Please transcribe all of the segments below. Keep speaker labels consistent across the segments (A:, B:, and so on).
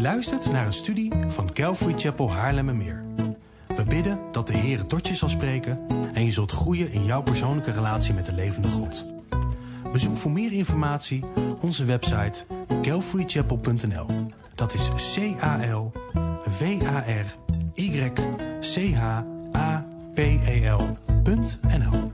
A: luistert naar een studie van Calvary Chapel Haarlemmermeer. We bidden dat de Heer tot je zal spreken en je zult groeien in jouw persoonlijke relatie met de levende God. Bezoek voor meer informatie onze website calvarychapel.nl. Dat is CALVARYCHAPEL.nl.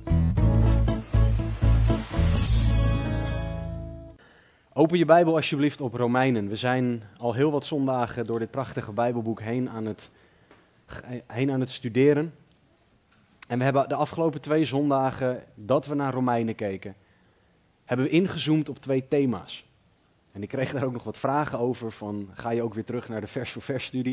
B: Open je Bijbel alsjeblieft op Romeinen. We zijn al heel wat zondagen door dit prachtige Bijbelboek heen aan het studeren. En we hebben de afgelopen 2 zondagen dat we naar Romeinen keken, hebben we ingezoomd op 2 thema's. En ik kreeg daar ook nog wat vragen over van, ga je ook weer terug naar de vers voor vers studie?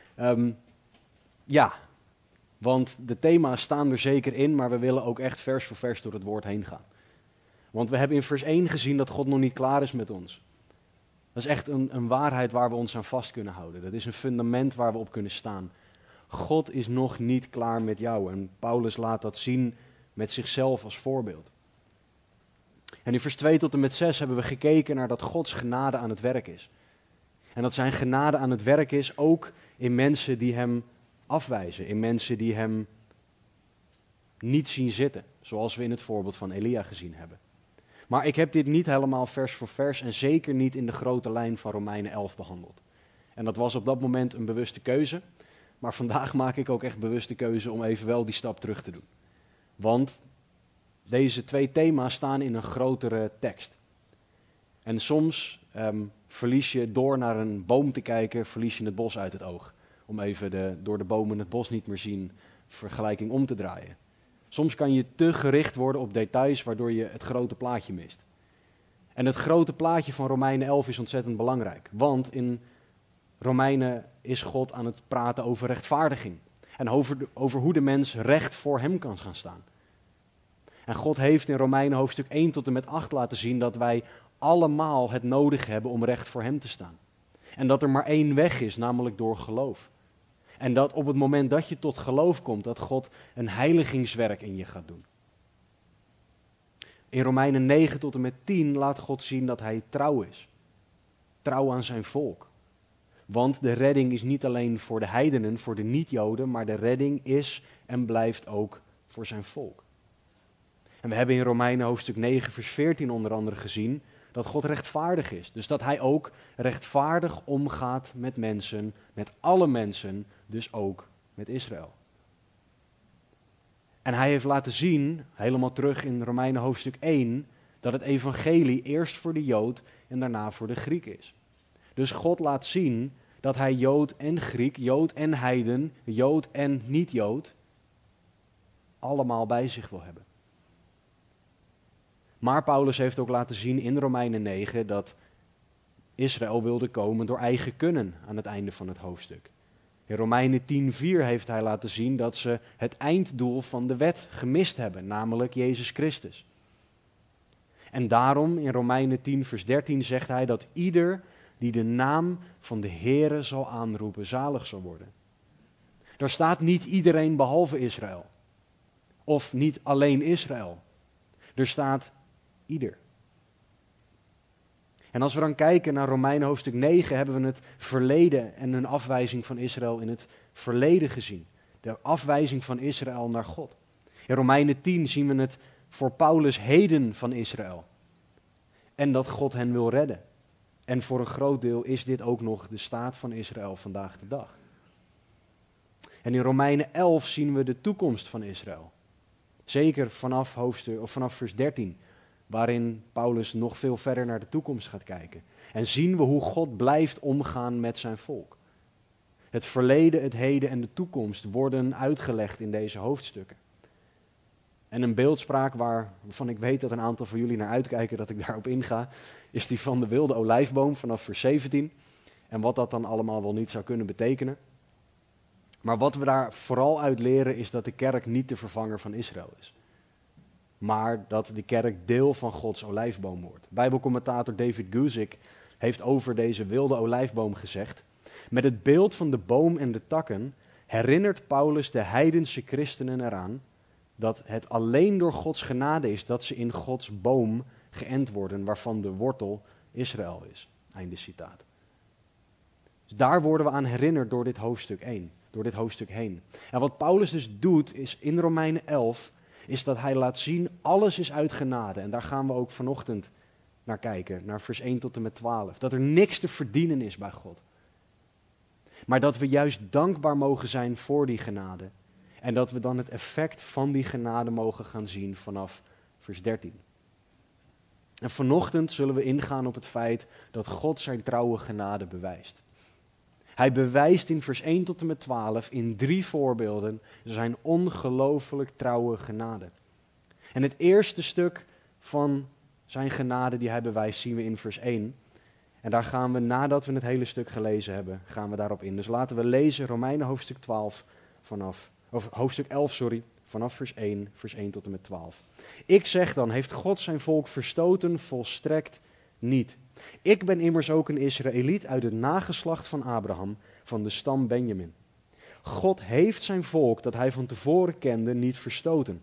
B: Ja, want de thema's staan er zeker in, maar we willen ook echt vers voor vers door het woord heen gaan. Want we hebben in vers 1 gezien dat God nog niet klaar is met ons. Dat is echt een waarheid waar we ons aan vast kunnen houden. Dat is een fundament waar we op kunnen staan. God is nog niet klaar met jou. En Paulus laat dat zien met zichzelf als voorbeeld. En in vers 2 tot en met 6 hebben we gekeken naar dat Gods genade aan het werk is. En dat zijn genade aan het werk is ook in mensen die hem afwijzen. In mensen die hem niet zien zitten. Zoals we in het voorbeeld van Elia gezien hebben. Maar ik heb dit niet helemaal vers voor vers en zeker niet in de grote lijn van Romeinen 11 behandeld. En dat was op dat moment een bewuste keuze. Maar vandaag maak ik ook echt bewust de keuze om even wel die stap terug te doen. Want deze 2 thema's staan in een grotere tekst. En soms verlies je door naar een boom te kijken, verlies je het bos uit het oog. Om even door de bomen het bos niet meer zien vergelijking om te draaien. Soms kan je te gericht worden op details, waardoor je het grote plaatje mist. En het grote plaatje van Romeinen 11 is ontzettend belangrijk. Want in Romeinen is God aan het praten over rechtvaardiging. En over hoe de mens recht voor hem kan gaan staan. En God heeft in Romeinen hoofdstuk 1 tot en met 8 laten zien dat wij allemaal het nodig hebben om recht voor hem te staan. En dat er maar 1 weg is, namelijk door geloof. En dat op het moment dat je tot geloof komt, dat God een heiligingswerk in je gaat doen. In Romeinen 9 tot en met 10 laat God zien dat hij trouw is. Trouw aan zijn volk. Want de redding is niet alleen voor de heidenen, voor de niet-Joden, maar de redding is en blijft ook voor zijn volk. En we hebben in Romeinen hoofdstuk 9 vers 14 onder andere gezien dat God rechtvaardig is. Dus dat hij ook rechtvaardig omgaat met mensen, met alle mensen, dus ook met Israël. En hij heeft laten zien, helemaal terug in Romeinen hoofdstuk 1, dat het evangelie eerst voor de Jood en daarna voor de Griek is. Dus God laat zien dat hij Jood en Griek, Jood en heiden, Jood en niet-Jood, allemaal bij zich wil hebben. Maar Paulus heeft ook laten zien in Romeinen 9 dat Israël wilde komen door eigen kunnen aan het einde van het hoofdstuk. In Romeinen 10:4 heeft hij laten zien dat ze het einddoel van de wet gemist hebben, namelijk Jezus Christus. En daarom in Romeinen 10 vers 13 zegt hij dat ieder die de naam van de Heere zal aanroepen, zalig zal worden. Daar staat niet iedereen behalve Israël. Of niet alleen Israël. Er staat ieder. En als we dan kijken naar Romeinen hoofdstuk 9, hebben we het verleden en een afwijzing van Israël in het verleden gezien. De afwijzing van Israël naar God. In Romeinen 10 zien we het voor Paulus heden van Israël. En dat God hen wil redden. En voor een groot deel is dit ook nog de staat van Israël vandaag de dag. En in Romeinen 11 zien we de toekomst van Israël. Zeker vanaf vers 13, waarin Paulus nog veel verder naar de toekomst gaat kijken. En zien we hoe God blijft omgaan met zijn volk. Het verleden, het heden en de toekomst worden uitgelegd in deze hoofdstukken. En een beeldspraak waarvan ik weet dat een aantal van jullie naar uitkijken dat ik daarop inga, is die van de wilde olijfboom vanaf vers 17. En wat dat dan allemaal wel niet zou kunnen betekenen. Maar wat we daar vooral uit leren is dat de kerk niet de vervanger van Israël is. Maar dat de kerk deel van Gods olijfboom wordt. Bijbelcommentator David Guzik heeft over deze wilde olijfboom gezegd: met het beeld van de boom en de takken herinnert Paulus de heidense christenen eraan dat het alleen door Gods genade is dat ze in Gods boom geënt worden, waarvan de wortel Israël is. Einde citaat. Dus daar worden we aan herinnerd door dit hoofdstuk 1, door dit hoofdstuk heen. En wat Paulus dus doet is in Romeinen 11, is dat hij laat zien, alles is uit genade. En daar gaan we ook vanochtend naar kijken, naar vers 1 tot en met 12. Dat er niks te verdienen is bij God. Maar dat we juist dankbaar mogen zijn voor die genade. En dat we dan het effect van die genade mogen gaan zien vanaf vers 13. En vanochtend zullen we ingaan op het feit dat God zijn trouwe genade bewijst. Hij bewijst in vers 1 tot en met 12 in 3 voorbeelden zijn ongelooflijk trouwe genade. En het eerste stuk van zijn genade die hij bewijst zien we in vers 1. En daar gaan we, nadat we het hele stuk gelezen hebben, gaan we daarop in. Dus laten we lezen Romeinen hoofdstuk 11, vanaf vers 1 tot en met 12. Ik zeg dan, heeft God zijn volk verstoten? Volstrekt niet. Ik ben immers ook een Israëliet uit het nageslacht van Abraham, van de stam Benjamin. God heeft zijn volk, dat hij van tevoren kende, niet verstoten.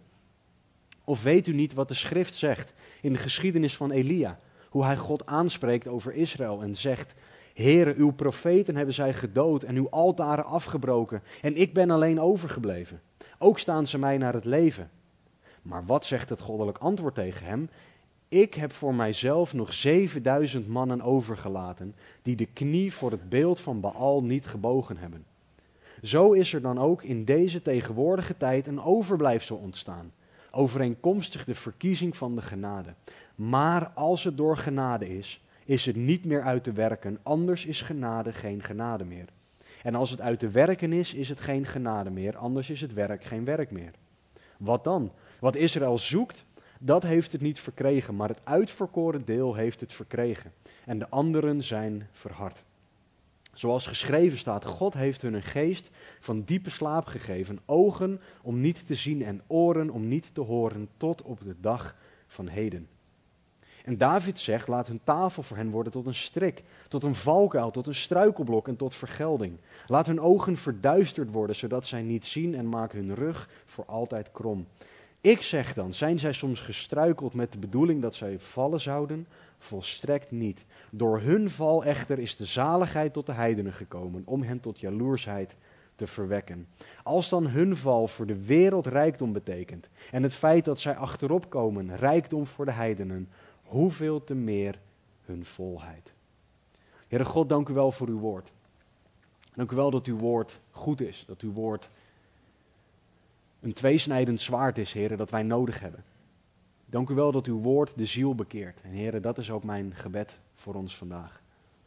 B: Of weet u niet wat de schrift zegt in de geschiedenis van Elia, hoe hij God aanspreekt over Israël en zegt, Heere, uw profeten hebben zij gedood en uw altaren afgebroken en ik ben alleen overgebleven. Ook staan ze mij naar het leven. Maar wat zegt het goddelijk antwoord tegen hem? Ik heb voor mijzelf nog 7000 mannen overgelaten, die de knie voor het beeld van Baal niet gebogen hebben. Zo is er dan ook in deze tegenwoordige tijd een overblijfsel ontstaan, overeenkomstig de verkiezing van de genade. Maar als het door genade is het niet meer uit te werken, anders is genade geen genade meer. En als het uit te werken is het geen genade meer, anders is het werk geen werk meer. Wat dan? Wat Israël zoekt, dat heeft het niet verkregen, maar het uitverkoren deel heeft het verkregen. En de anderen zijn verhard. Zoals geschreven staat, God heeft hun een geest van diepe slaap gegeven, ogen om niet te zien en oren om niet te horen, tot op de dag van heden. En David zegt, laat hun tafel voor hen worden tot een strik, tot een valkuil, tot een struikelblok en tot vergelding. Laat hun ogen verduisterd worden, zodat zij niet zien en maak hun rug voor altijd krom. Ik zeg dan, zijn zij soms gestruikeld met de bedoeling dat zij vallen zouden? Volstrekt niet. Door hun val echter is de zaligheid tot de heidenen gekomen, om hen tot jaloersheid te verwekken. Als dan hun val voor de wereld rijkdom betekent, en het feit dat zij achterop komen rijkdom voor de heidenen, hoeveel te meer hun volheid. Heere God, dank u wel voor uw woord. Dank u wel dat uw woord goed is, dat uw woord een tweesnijdend zwaard is, Heere, dat wij nodig hebben. Dank u wel dat uw woord de ziel bekeert. En Heere, dat is ook mijn gebed voor ons vandaag.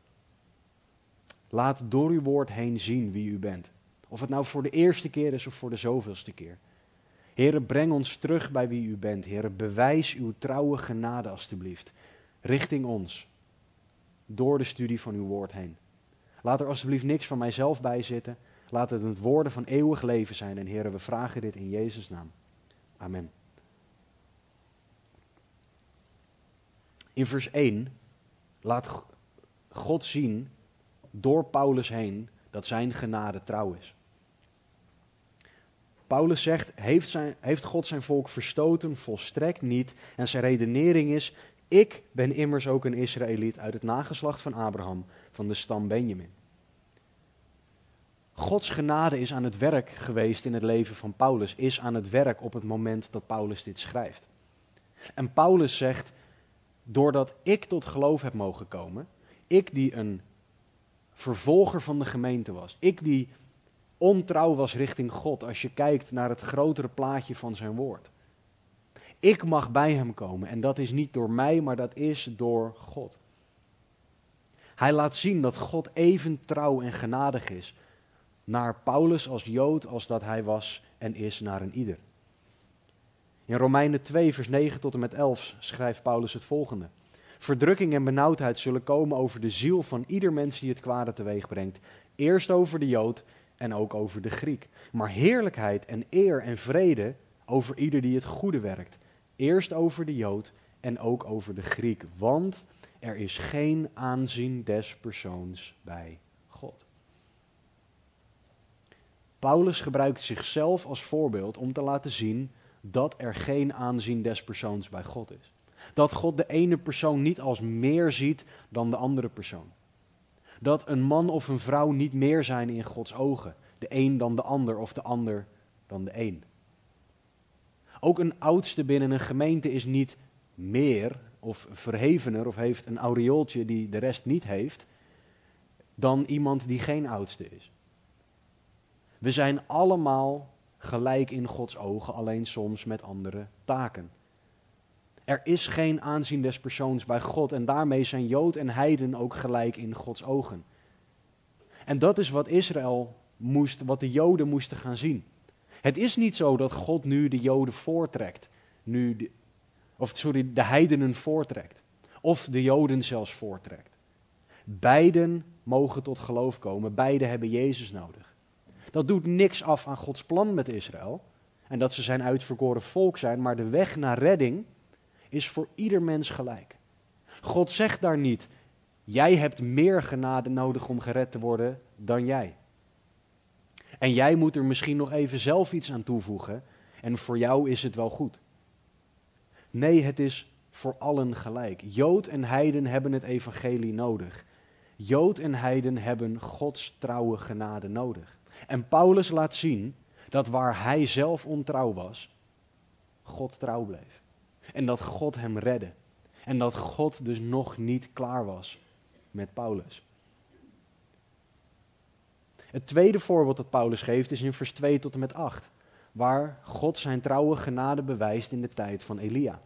B: Laat door uw woord heen zien wie u bent. Of het nou voor de eerste keer is of voor de zoveelste keer. Heere, breng ons terug bij wie u bent. Heere, bewijs uw trouwe genade alstublieft. Richting ons. Door de studie van uw woord heen. Laat er alstublieft niks van mijzelf bij zitten. Laat het woorden van eeuwig leven zijn. En Heere, we vragen dit in Jezus' naam. Amen. In vers 1 laat God zien door Paulus heen dat zijn genade trouw is. Paulus zegt, heeft God zijn volk verstoten? Volstrekt niet. En zijn redenering is, ik ben immers ook een Israëliet uit het nageslacht van Abraham, van de stam Benjamin. Gods genade is aan het werk geweest in het leven van Paulus, is aan het werk op het moment dat Paulus dit schrijft. En Paulus zegt, doordat ik tot geloof heb mogen komen, ik die een vervolger van de gemeente was, ik die ontrouw was richting God als je kijkt naar het grotere plaatje van zijn woord. Ik mag bij hem komen en dat is niet door mij, maar dat is door God. Hij laat zien dat God even trouw en genadig is naar Paulus als Jood als dat hij was en is naar een ieder. In Romeinen 2 vers 9 tot en met 11 schrijft Paulus het volgende. Verdrukking en benauwdheid zullen komen over de ziel van ieder mens die het kwade teweeg brengt. Eerst over de Jood en ook over de Griek. Maar heerlijkheid en eer en vrede over ieder die het goede werkt. Eerst over de Jood en ook over de Griek. Want er is geen aanzien des persoons bij God. Paulus gebruikt zichzelf als voorbeeld om te laten zien dat er geen aanzien des persoons bij God is. Dat God de ene persoon niet als meer ziet dan de andere persoon. Dat een man of een vrouw niet meer zijn in Gods ogen. De een dan de ander of de ander dan de een. Ook een oudste binnen een gemeente is niet meer of verhevener of heeft een aureooltje die de rest niet heeft dan iemand die geen oudste is. We zijn allemaal gelijk in Gods ogen, alleen soms met andere taken. Er is geen aanzien des persoons bij God en daarmee zijn Jood en heiden ook gelijk in Gods ogen. En dat is wat wat de Joden moesten gaan zien. Het is niet zo dat God nu de Joden voortrekt, de heidenen voortrekt, of de Joden zelfs voortrekt. Beiden mogen tot geloof komen, beiden hebben Jezus nodig. Dat doet niks af aan Gods plan met Israël en dat ze zijn uitverkoren volk zijn, maar de weg naar redding is voor ieder mens gelijk. God zegt daar niet, jij hebt meer genade nodig om gered te worden dan jij. En jij moet er misschien nog even zelf iets aan toevoegen en voor jou is het wel goed. Nee, het is voor allen gelijk. Jood en heiden hebben het evangelie nodig. Jood en heiden hebben Gods trouwe genade nodig. En Paulus laat zien dat waar hij zelf ontrouw was, God trouw bleef. En dat God hem redde. En dat God dus nog niet klaar was met Paulus. Het tweede voorbeeld dat Paulus geeft is in vers 2 tot en met 8. Waar God zijn trouwe genade bewijst in de tijd van Elia.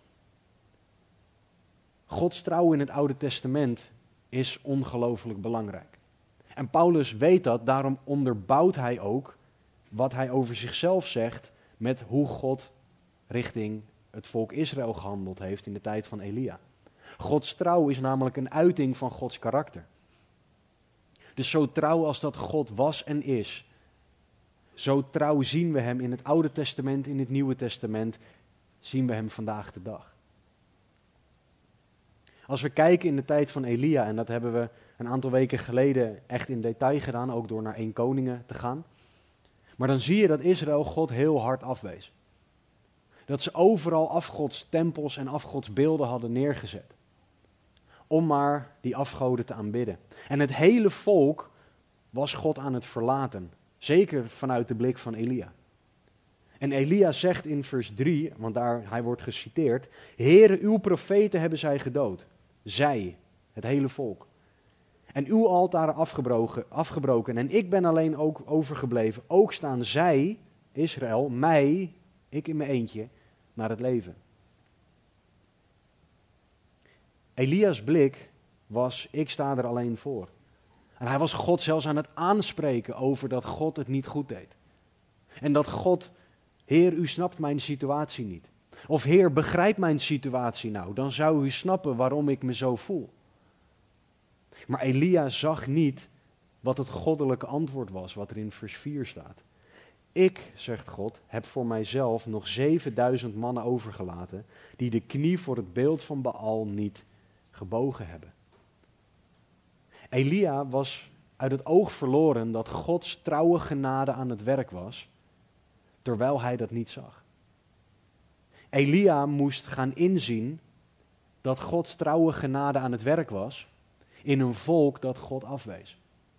B: Gods trouw in het Oude Testament is ongelooflijk belangrijk. En Paulus weet dat, daarom onderbouwt hij ook wat hij over zichzelf zegt met hoe God richting het volk Israël gehandeld heeft in de tijd van Elia. Gods trouw is namelijk een uiting van Gods karakter. Dus zo trouw als dat God was en is, zo trouw zien we hem in het Oude Testament, in het Nieuwe Testament, zien we hem vandaag de dag. Als we kijken in de tijd van Elia, en dat hebben we een aantal weken geleden echt in detail gedaan, ook door naar 1 Koningen te gaan. Maar dan zie je dat Israël God heel hard afwees. Dat ze overal afgodstempels en afgodsbeelden hadden neergezet. Om maar die afgoden te aanbidden. En het hele volk was God aan het verlaten. Zeker vanuit de blik van Elia. En Elia zegt in vers 3, want hij wordt geciteerd: Heere, uw profeten hebben zij gedood. Zij, het hele volk. En uw altaren afgebroken. En ik ben alleen ook overgebleven. Ook staan zij, Israël, mij, ik in mijn eentje, naar het leven. Elia's blik was, ik sta er alleen voor. En hij was God zelfs aan het aanspreken over dat God het niet goed deed. En dat God, Heer, u snapt mijn situatie niet. Of Heer, begrijp mijn situatie nou, dan zou u snappen waarom ik me zo voel. Maar Elia zag niet wat het goddelijke antwoord was, wat er in vers 4 staat. Ik, zegt God, heb voor mijzelf nog 7000 mannen overgelaten, die de knie voor het beeld van Baal niet gebogen hebben. Elia was uit het oog verloren dat Gods trouwe genade aan het werk was, terwijl hij dat niet zag. Elia moest gaan inzien dat Gods trouwe genade aan het werk was in een volk dat God afwees.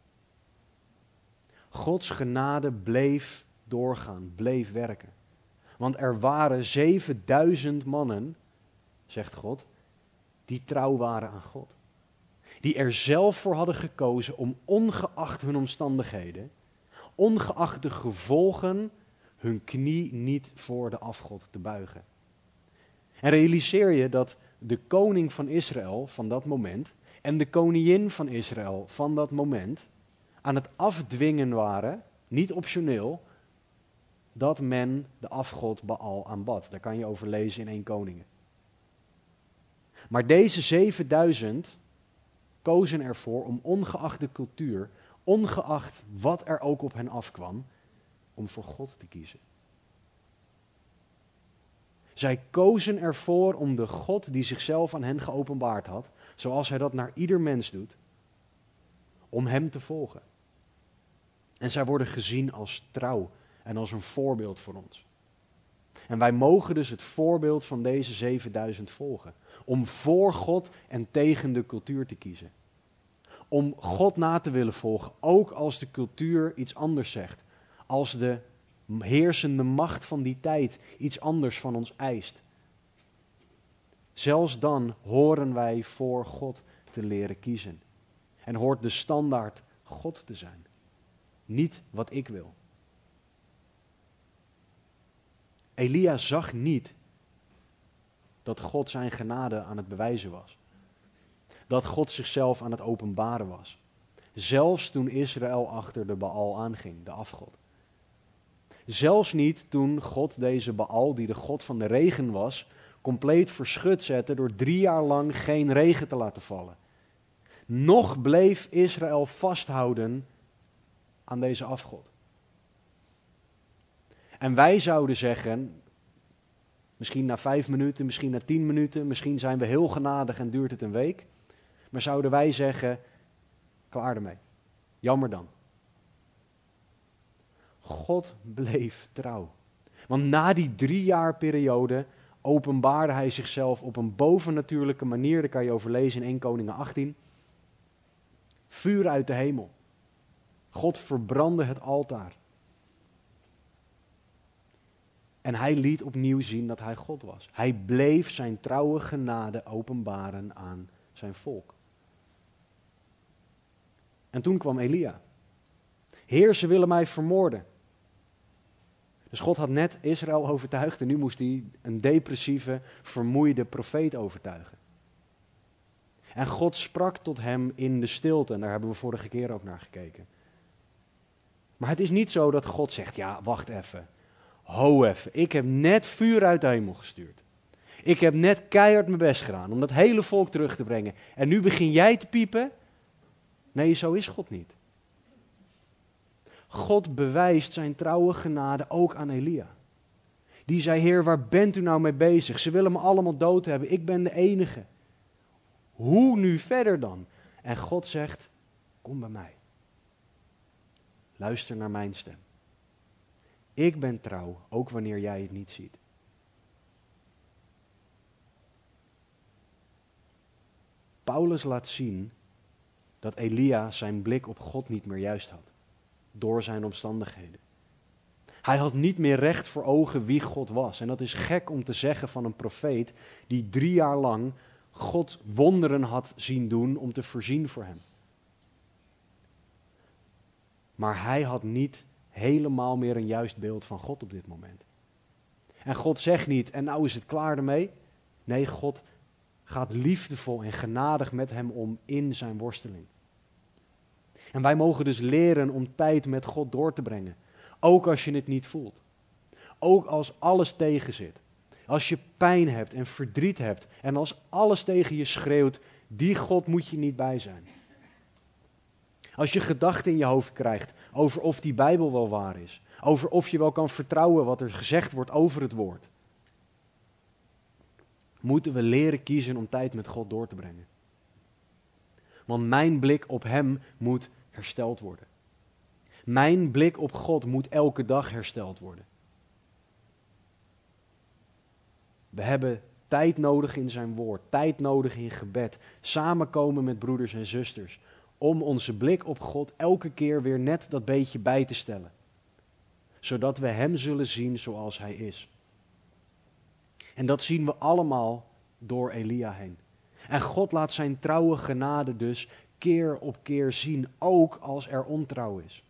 B: Gods genade bleef doorgaan, bleef werken. Want er waren 7000 mannen, zegt God, die trouw waren aan God. Die er zelf voor hadden gekozen om ongeacht hun omstandigheden, ongeacht de gevolgen, hun knie niet voor de afgod te buigen. En realiseer je dat de koning van Israël van dat moment en de koningin van Israël van dat moment aan het afdwingen waren, niet optioneel, dat men de afgod Baal aanbad. Daar kan je over lezen in 1 Koningen. Maar deze 7000 kozen ervoor om ongeacht de cultuur, ongeacht wat er ook op hen afkwam, om voor God te kiezen. Zij kozen ervoor om de God die zichzelf aan hen geopenbaard had, zoals hij dat naar ieder mens doet, om hem te volgen. En zij worden gezien als trouw en als een voorbeeld voor ons. En wij mogen dus het voorbeeld van deze 7000 volgen. Om voor God en tegen de cultuur te kiezen. om God na te willen volgen, ook als de cultuur iets anders zegt. Als de heersende macht van die tijd iets anders van ons eist. Zelfs dan horen wij voor God te leren kiezen. En hoort de standaard God te zijn. Niet wat ik wil. Elia zag niet dat God zijn genade aan het bewijzen was. Dat God zichzelf aan het openbaren was. Zelfs toen Israël achter de Baal aanging, de afgod. Zelfs niet toen God deze Baal, die de god van de regen was, compleet verschut zette door 3 jaar lang geen regen te laten vallen. Nog bleef Israël vasthouden aan deze afgod. En wij zouden zeggen, misschien na 5 minuten, misschien na 10 minuten, misschien zijn we heel genadig en duurt het een week. Maar zouden wij zeggen, klaar ermee. Jammer dan. God bleef trouw. Want na die 3 jaar periode openbaarde hij zichzelf op een bovennatuurlijke manier. Dat kan je overlezen in 1 Koningen 18. Vuur uit de hemel. God verbrandde het altaar. En hij liet opnieuw zien dat hij God was. Hij bleef zijn trouwe genade openbaren aan zijn volk. En toen kwam Elia. Heer, ze willen mij vermoorden. Dus God had net Israël overtuigd en nu moest hij een depressieve, vermoeide profeet overtuigen. En God sprak tot hem in de stilte en daar hebben we vorige keer ook naar gekeken. Maar het is niet zo dat God zegt, ja, wacht even. Ho even, ik heb net vuur uit de hemel gestuurd. Ik heb net keihard mijn best gedaan om dat hele volk terug te brengen. En nu begin jij te piepen? Nee, zo is God niet. God bewijst zijn trouwe genade ook aan Elia. Die zei, Heer, waar bent u nou mee bezig? Ze willen me allemaal dood hebben, ik ben de enige. Hoe nu verder dan? En God zegt, kom bij mij. Luister naar mijn stem. Ik ben trouw, ook wanneer jij het niet ziet. Paulus laat zien dat Elia zijn blik op God niet meer juist had. Door zijn omstandigheden. Hij had niet meer recht voor ogen wie God was. En dat is gek om te zeggen van een profeet die 3 jaar lang God wonderen had zien doen om te voorzien voor hem. Maar hij had niet helemaal meer een juist beeld van God op dit moment. En God zegt niet, en nou is het klaar ermee. Nee, God gaat liefdevol en genadig met hem om in zijn worsteling. En wij mogen dus leren om tijd met God door te brengen. Ook als je het niet voelt. Ook als alles tegenzit. Als je pijn hebt en verdriet hebt. En als alles tegen je schreeuwt, die God moet je niet bij zijn. Als je gedachten in je hoofd krijgt over of die Bijbel wel waar is. Over of je wel kan vertrouwen wat er gezegd wordt over het woord. Moeten we leren kiezen om tijd met God door te brengen. Want mijn blik op hem moet hersteld worden. Mijn blik op God moet elke dag hersteld worden. We hebben tijd nodig in zijn woord, tijd nodig in gebed, samenkomen met broeders en zusters, om onze blik op God elke keer weer net dat beetje bij te stellen. Zodat we hem zullen zien zoals hij is. En dat zien we allemaal door Elia heen. En God laat zijn trouwe genade dus keer op keer zien, ook als er ontrouw is.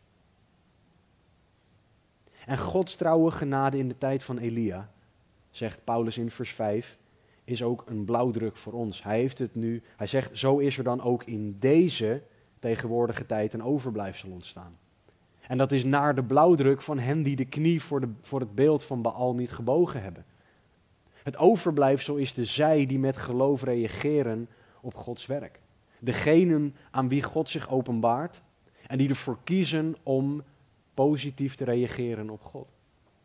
B: En Gods trouwe genade in de tijd van Elia, zegt Paulus in vers 5, is ook een blauwdruk voor ons. Hij zegt, zo is er dan ook in deze tegenwoordige tijd een overblijfsel ontstaan. En dat is naar de blauwdruk van hen die de knie voor het beeld van Baal niet gebogen hebben. Het overblijfsel is de zij die met geloof reageren op Gods werk. Degenen aan wie God zich openbaart en die ervoor kiezen om positief te reageren op God.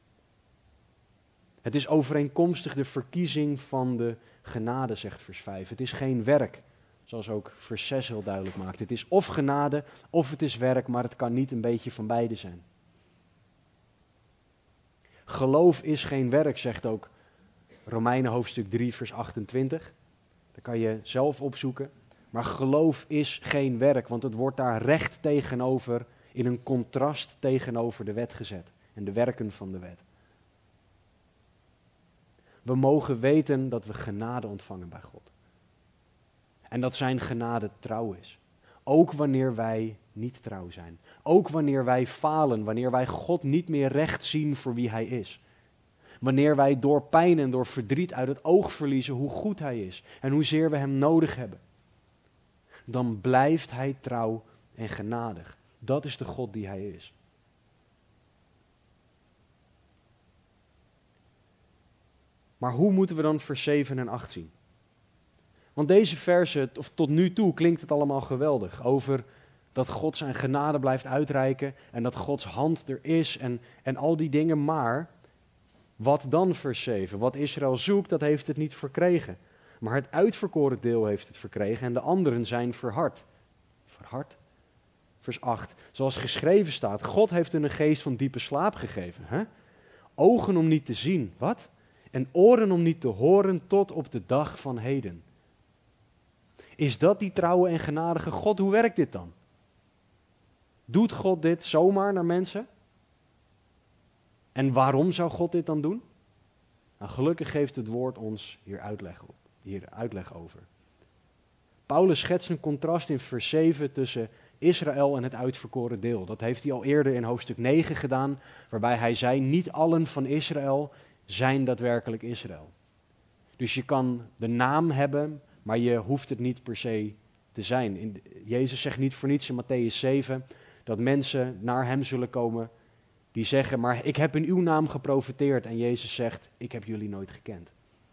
B: Het is overeenkomstig de verkiezing van de genade, zegt vers 5. Het is geen werk, zoals ook vers 6 heel duidelijk maakt. Het is of genade of het is werk, maar het kan niet een beetje van beide zijn. Geloof is geen werk, zegt ook Romeinen hoofdstuk 3 vers 28. Dat kan je zelf opzoeken. Maar geloof is geen werk, want het wordt daar recht tegenover, in een contrast tegenover de wet gezet en de werken van de wet. We mogen weten dat we genade ontvangen bij God. En dat zijn genade trouw is. Ook wanneer wij niet trouw zijn. Ook wanneer wij falen, wanneer wij God niet meer recht zien voor wie Hij is. Wanneer wij door pijn en door verdriet uit het oog verliezen hoe goed Hij is en hoezeer we Hem nodig hebben. Dan blijft Hij trouw en genadig. Dat is de God die Hij is. Maar hoe moeten we dan vers 7 en 8 zien? Want deze versen, of tot nu toe klinkt het allemaal geweldig. Over dat God zijn genade blijft uitreiken en dat Gods hand er is en al die dingen. Maar wat dan vers 7? Wat Israël zoekt, dat heeft het niet verkregen. Maar het uitverkoren deel heeft het verkregen en de anderen zijn verhard. Verhard? Vers 8. Zoals geschreven staat, God heeft hun een geest van diepe slaap gegeven. Hè? Ogen om niet te zien. Wat? En oren om niet te horen tot op de dag van heden. Is dat die trouwe en genadige God? Hoe werkt dit dan? Doet God dit zomaar naar mensen? En waarom zou God dit dan doen? Nou, gelukkig geeft het woord ons hier uitleg over. Paulus schetst een contrast in vers 7 tussen Israël en het uitverkoren deel. Dat heeft hij al eerder in hoofdstuk 9 gedaan, waarbij hij zei, niet allen van Israël zijn daadwerkelijk Israël. Dus je kan de naam hebben, maar je hoeft het niet per se te zijn. Jezus zegt niet voor niets in Mattheüs 7 dat mensen naar hem zullen komen die zeggen, maar ik heb in uw naam geprofeteerd. En Jezus zegt, ik heb jullie nooit gekend.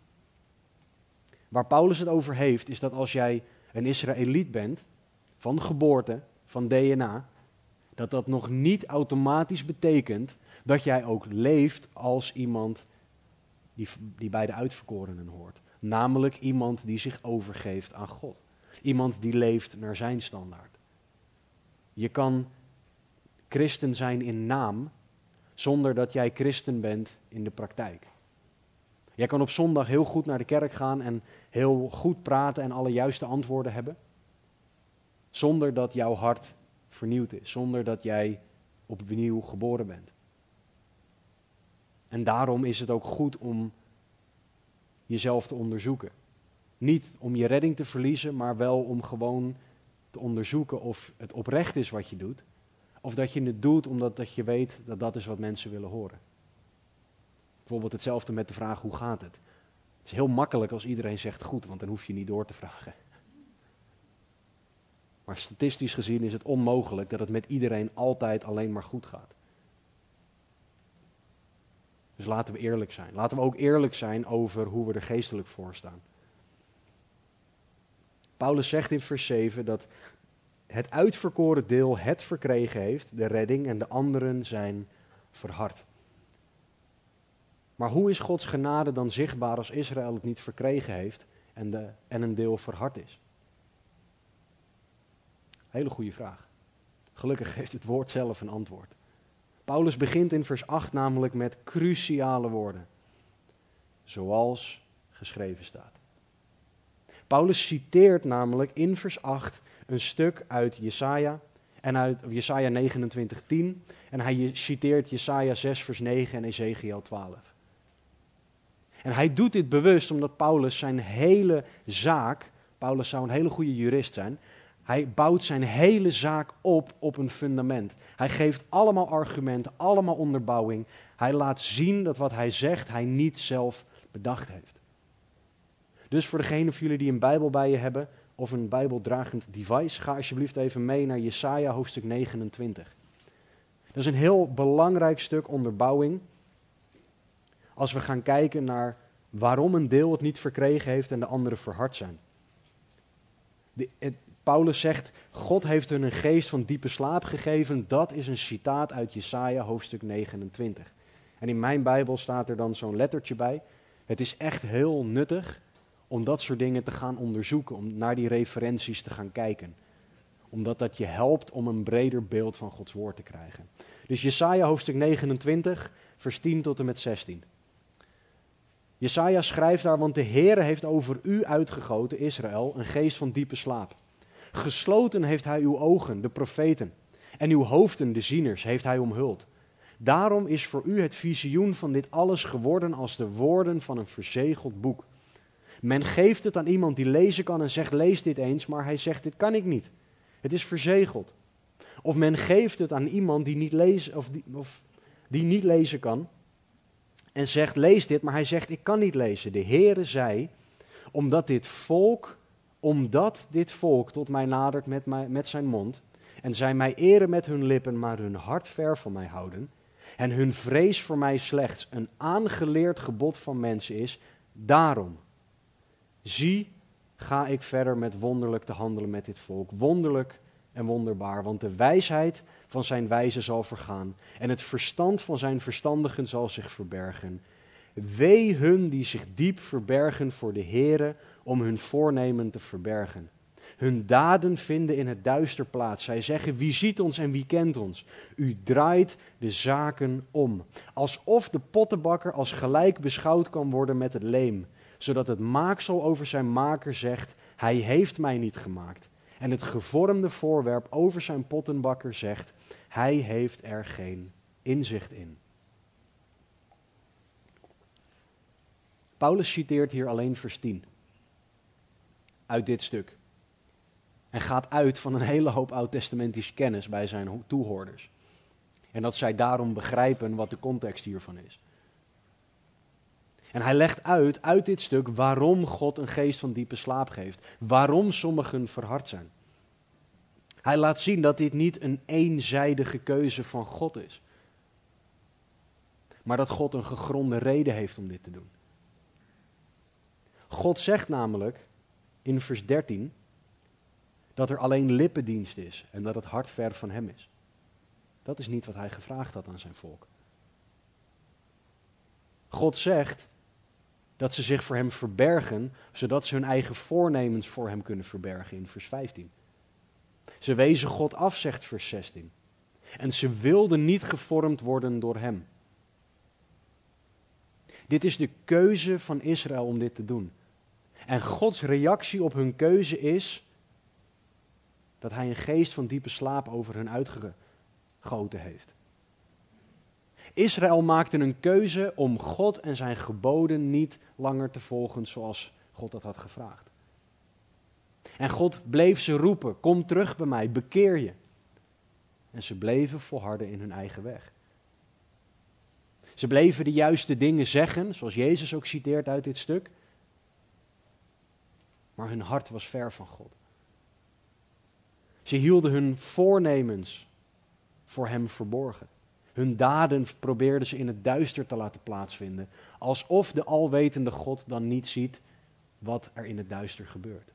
B: Waar Paulus het over heeft, is dat als jij een Israëliet bent, van geboorte, van DNA, dat dat nog niet automatisch betekent dat jij ook leeft als iemand die bij de uitverkorenen hoort. Namelijk iemand die zich overgeeft aan God. Iemand die leeft naar zijn standaard. Je kan christen zijn in naam, zonder dat jij christen bent in de praktijk. Jij kan op zondag heel goed naar de kerk gaan en heel goed praten en alle juiste antwoorden hebben. Zonder dat jouw hart vernieuwd is. Zonder dat jij opnieuw geboren bent. En daarom is het ook goed om jezelf te onderzoeken. Niet om je redding te verliezen, maar wel om gewoon te onderzoeken of het oprecht is wat je doet. Of dat je het doet omdat je weet dat dat is wat mensen willen horen. Bijvoorbeeld hetzelfde met de vraag, hoe gaat het? Het is heel makkelijk als iedereen zegt goed, want dan hoef je niet door te vragen. Maar statistisch gezien is het onmogelijk dat het met iedereen altijd alleen maar goed gaat. Dus laten we eerlijk zijn. Laten we ook eerlijk zijn over hoe we er geestelijk voor staan. Paulus zegt in vers 7 dat het uitverkoren deel het verkregen heeft, de redding, en de anderen zijn verhard. Maar hoe is Gods genade dan zichtbaar als Israël het niet verkregen heeft en een deel verhard is? Hele goede vraag. Gelukkig geeft het woord zelf een antwoord. Paulus begint in vers 8 namelijk met cruciale woorden. Zoals geschreven staat. Paulus citeert namelijk in vers 8 een stuk uit Jesaja en uit Jesaja 29:10 en hij citeert Jesaja 6 vers 9 en Ezekiel 12. En hij doet dit bewust omdat Paulus zijn hele zaak, Paulus zou een hele goede jurist zijn, hij bouwt zijn hele zaak op een fundament. Hij geeft allemaal argumenten, allemaal onderbouwing. Hij laat zien dat wat hij zegt hij niet zelf bedacht heeft. Dus voor degenen van jullie die een Bijbel bij je hebben of een Bijbeldragend device, ga alsjeblieft even mee naar Jesaja hoofdstuk 29. Dat is een heel belangrijk stuk onderbouwing als we gaan kijken naar waarom een deel het niet verkregen heeft en de anderen verhard zijn. Paulus zegt, God heeft hun een geest van diepe slaap gegeven. Dat is een citaat uit Jesaja hoofdstuk 29. En in mijn Bijbel staat er dan zo'n lettertje bij. Het is echt heel nuttig om dat soort dingen te gaan onderzoeken, om naar die referenties te gaan kijken. Omdat dat je helpt om een breder beeld van Gods woord te krijgen. Dus Jesaja hoofdstuk 29, vers 10 tot en met 16. Jesaja schrijft daar, want de Heere heeft over u uitgegoten, Israël, een geest van diepe slaap. Gesloten heeft hij uw ogen, de profeten, en uw hoofden, de zieners, heeft hij omhuld. Daarom is voor u het visioen van dit alles geworden als de woorden van een verzegeld boek. Men geeft het aan iemand die lezen kan en zegt, lees dit eens, maar hij zegt, dit kan ik niet. Het is verzegeld. Of men geeft het aan iemand die niet lezen, die niet lezen kan en zegt, lees dit, maar hij zegt, ik kan niet lezen. De Heere zei, omdat dit volk tot mij nadert met zijn mond, en zij mij eren met hun lippen, maar hun hart ver van mij houden, en hun vrees voor mij slechts een aangeleerd gebod van mensen is, daarom, zie, ga ik verder met wonderlijk te handelen met dit volk, wonderlijk en wonderbaar, want de wijsheid van zijn wijzen zal vergaan, en het verstand van zijn verstandigen zal zich verbergen. Wee hun die zich diep verbergen voor de Heere, om hun voornemen te verbergen. Hun daden vinden in het duister plaats. Zij zeggen, wie ziet ons en wie kent ons? U draait de zaken om. Alsof de pottenbakker als gelijk beschouwd kan worden met het leem. Zodat het maaksel over zijn maker zegt, hij heeft mij niet gemaakt. En het gevormde voorwerp over zijn pottenbakker zegt, hij heeft er geen inzicht in. Paulus citeert hier alleen vers 10 uit dit stuk. En gaat uit van een hele hoop oud-testamentische kennis bij zijn toehoorders. En dat zij daarom begrijpen wat de context hiervan is. En hij legt uit dit stuk waarom God een geest van diepe slaap geeft. Waarom sommigen verhard zijn. Hij laat zien dat dit niet een eenzijdige keuze van God is. Maar dat God een gegronde reden heeft om dit te doen. God zegt namelijk in vers 13 dat er alleen lippendienst is en dat het hart ver van hem is. Dat is niet wat hij gevraagd had aan zijn volk. God zegt dat ze zich voor hem verbergen, zodat ze hun eigen voornemens voor hem kunnen verbergen in vers 15. Ze wezen God af, zegt vers 16. En ze wilden niet gevormd worden door hem. Dit is de keuze van Israël om dit te doen. En Gods reactie op hun keuze is dat hij een geest van diepe slaap over hen uitgegoten heeft. Israël maakte een keuze om God en zijn geboden niet langer te volgen zoals God dat had gevraagd. En God bleef ze roepen, kom terug bij mij, bekeer je. En ze bleven volharden in hun eigen weg. Ze bleven de juiste dingen zeggen, zoals Jezus ook citeert uit dit stuk. Maar hun hart was ver van God. Ze hielden hun voornemens voor hem verborgen. Hun daden probeerden ze in het duister te laten plaatsvinden. Alsof de alwetende God dan niet ziet wat er in het duister gebeurt.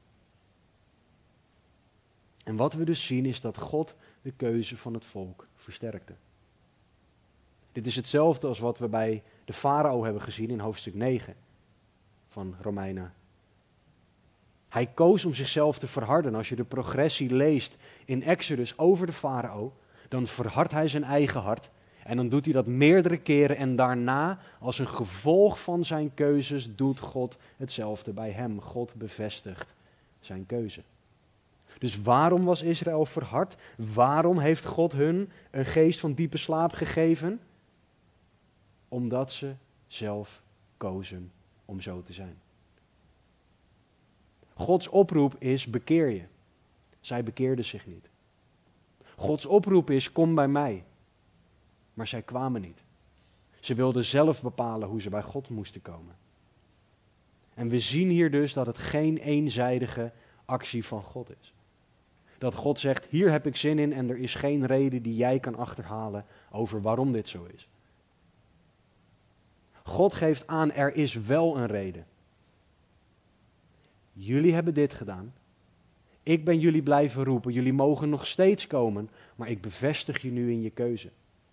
B: En wat we dus zien is dat God de keuze van het volk versterkte. Dit is hetzelfde als wat we bij de farao hebben gezien in hoofdstuk 9 van Romeinen. Hij koos om zichzelf te verharden. Als je de progressie leest in Exodus over de farao, dan verhardt hij zijn eigen hart. En dan doet hij dat meerdere keren en daarna, als een gevolg van zijn keuzes, doet God hetzelfde bij hem. God bevestigt zijn keuze. Dus waarom was Israël verhard? Waarom heeft God hun een geest van diepe slaap gegeven? Omdat ze zelf kozen om zo te zijn. Gods oproep is bekeer je. Zij bekeerden zich niet. Gods oproep is kom bij mij. Maar zij kwamen niet. Ze wilden zelf bepalen hoe ze bij God moesten komen. En we zien hier dus dat het geen eenzijdige actie van God is. Dat God zegt, hier heb ik zin in en er is geen reden die jij kan achterhalen over waarom dit zo is. God geeft aan, er is wel een reden. Jullie hebben dit gedaan. Ik ben jullie blijven roepen. Jullie mogen nog steeds komen, maar ik bevestig je nu in je keuze.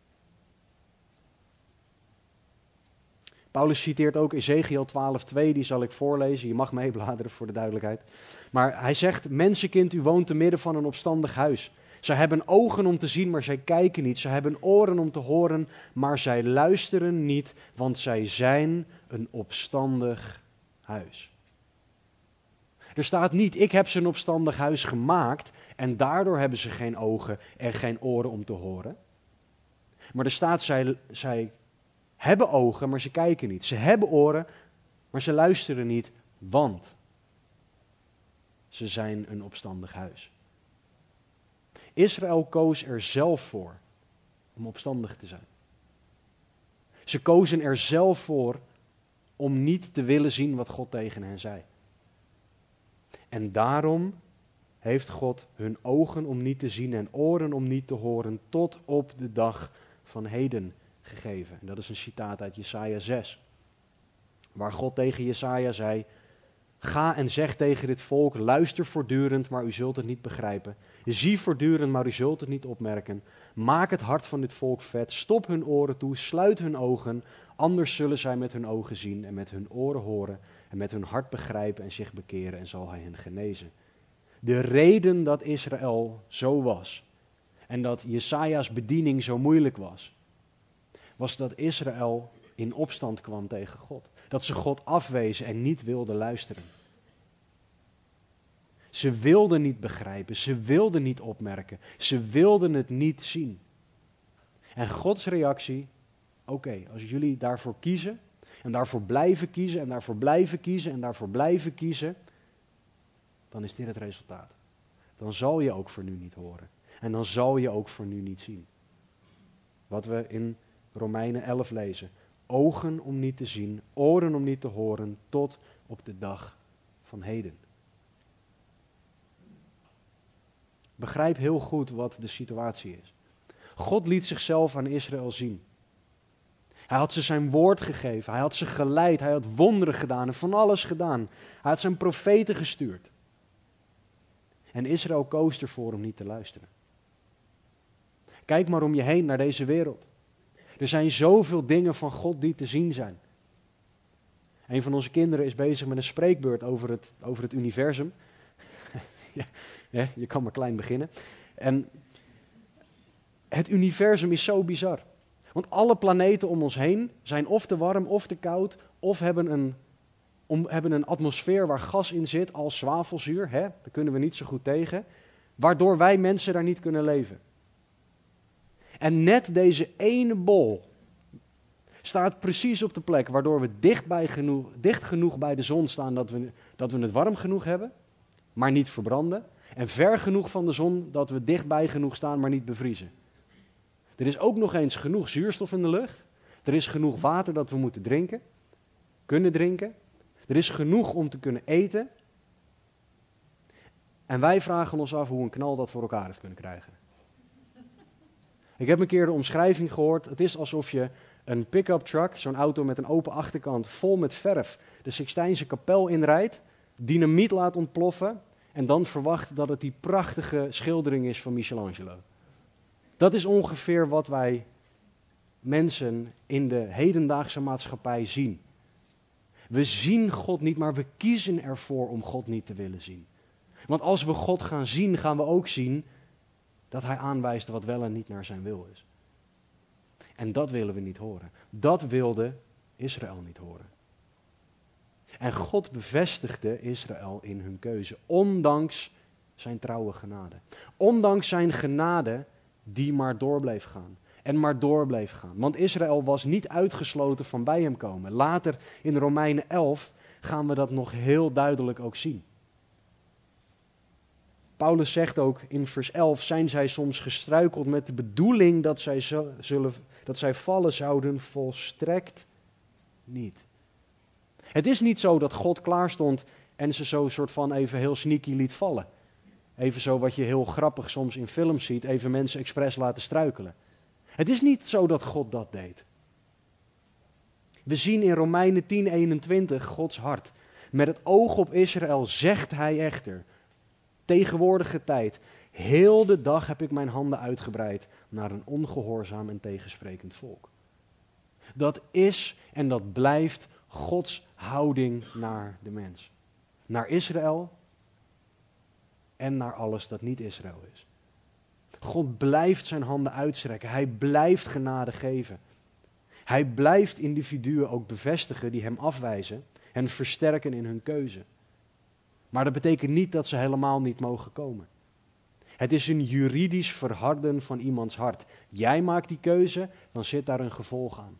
B: Paulus citeert ook Ezekiel 12:2, die zal ik voorlezen. Je mag meebladeren voor de duidelijkheid. Maar hij zegt, mensenkind, u woont te midden van een opstandig huis. Zij hebben ogen om te zien, maar zij kijken niet. Zij hebben oren om te horen, maar zij luisteren niet, want zij zijn een opstandig huis. Er staat niet, ik heb ze een opstandig huis gemaakt en daardoor hebben ze geen ogen en geen oren om te horen. Maar er staat, zij hebben ogen, maar ze kijken niet. Ze hebben oren, maar ze luisteren niet, want ze zijn een opstandig huis. Israël koos er zelf voor om opstandig te zijn. Ze kozen er zelf voor om niet te willen zien wat God tegen hen zei. En daarom heeft God hun ogen om niet te zien en oren om niet te horen tot op de dag van heden gegeven. En dat is een citaat uit Jesaja 6. Waar God tegen Jesaja zei, ga en zeg tegen dit volk, luister voortdurend, maar u zult het niet begrijpen. Zie voortdurend, maar u zult het niet opmerken. Maak het hart van dit volk vet, stop hun oren toe, sluit hun ogen, anders zullen zij met hun ogen zien en met hun oren horen en met hun hart begrijpen en zich bekeren en zal hij hen genezen. De reden dat Israël zo was en dat Jesaja's bediening zo moeilijk was dat Israël in opstand kwam tegen God. Dat ze God afwezen en niet wilden luisteren. Ze wilden niet begrijpen, ze wilden niet opmerken, ze wilden het niet zien. En Gods reactie, oké, als jullie daarvoor kiezen en daarvoor blijven kiezen en daarvoor blijven kiezen en daarvoor blijven kiezen, dan is dit het resultaat. Dan zal je ook voor nu niet horen. En dan zal je ook voor nu niet zien. Wat we in Romeinen 11 lezen. Ogen om niet te zien, oren om niet te horen, tot op de dag van heden. Begrijp heel goed wat de situatie is. God liet zichzelf aan Israël zien. Hij had ze zijn woord gegeven, hij had ze geleid, hij had wonderen gedaan en van alles gedaan. Hij had zijn profeten gestuurd. En Israël koos ervoor om niet te luisteren. Kijk maar om je heen naar deze wereld. Er zijn zoveel dingen van God die te zien zijn. Een van onze kinderen is bezig met een spreekbeurt over het universum. Ja, je kan maar klein beginnen. En het universum is zo bizar. Want alle planeten om ons heen zijn of te warm of te koud, of hebben een atmosfeer waar gas in zit, als zwavelzuur. Daar kunnen we niet zo goed tegen. Waardoor wij mensen daar niet kunnen leven. En net deze ene bol staat precies op de plek waardoor we dicht genoeg bij de zon staan dat we het warm genoeg hebben, maar niet verbranden. En ver genoeg van de zon dat we dichtbij genoeg staan, maar niet bevriezen. Er is ook nog eens genoeg zuurstof in de lucht. Er is genoeg water dat we moeten kunnen drinken. Er is genoeg om te kunnen eten. En wij vragen ons af hoe een knal dat voor elkaar heeft kunnen krijgen. Ik heb een keer de omschrijving gehoord. Het is alsof je een pick-up truck, zo'n auto met een open achterkant, vol met verf, de Sixtijnse kapel inrijdt, dynamiet laat ontploffen en dan verwacht dat het die prachtige schildering is van Michelangelo. Dat is ongeveer wat wij mensen in de hedendaagse maatschappij zien. We zien God niet, maar we kiezen ervoor om God niet te willen zien. Want als we God gaan zien, gaan we ook zien dat hij aanwijst wat wel en niet naar zijn wil is. En dat willen we niet horen. Dat wilde Israël niet horen. En God bevestigde Israël in hun keuze, ondanks zijn trouwe genade. Ondanks zijn genade die maar door bleef gaan. En maar door bleef gaan. Want Israël was niet uitgesloten van bij hem komen. Later in Romeinen 11 gaan we dat nog heel duidelijk ook zien. Paulus zegt ook in vers 11, zijn zij soms gestruikeld met de bedoeling dat zij vallen zouden? Volstrekt niet. Het is niet zo dat God klaar stond en ze zo soort van even heel sneaky liet vallen. Even zo wat je heel grappig soms in films ziet, even mensen expres laten struikelen. Het is niet zo dat God dat deed. We zien in Romeinen 10:21 Gods hart. Met het oog op Israël zegt hij echter, tegenwoordige tijd, heel de dag heb ik mijn handen uitgebreid naar een ongehoorzaam en tegensprekend volk. Dat is en dat blijft Gods houding naar de mens. Naar Israël en naar alles dat niet Israël is. God blijft zijn handen uitstrekken. Hij blijft genade geven. Hij blijft individuen ook bevestigen die hem afwijzen en versterken in hun keuze. Maar dat betekent niet dat ze helemaal niet mogen komen. Het is een juridisch verharden van iemands hart. Jij maakt die keuze, dan zit daar een gevolg aan.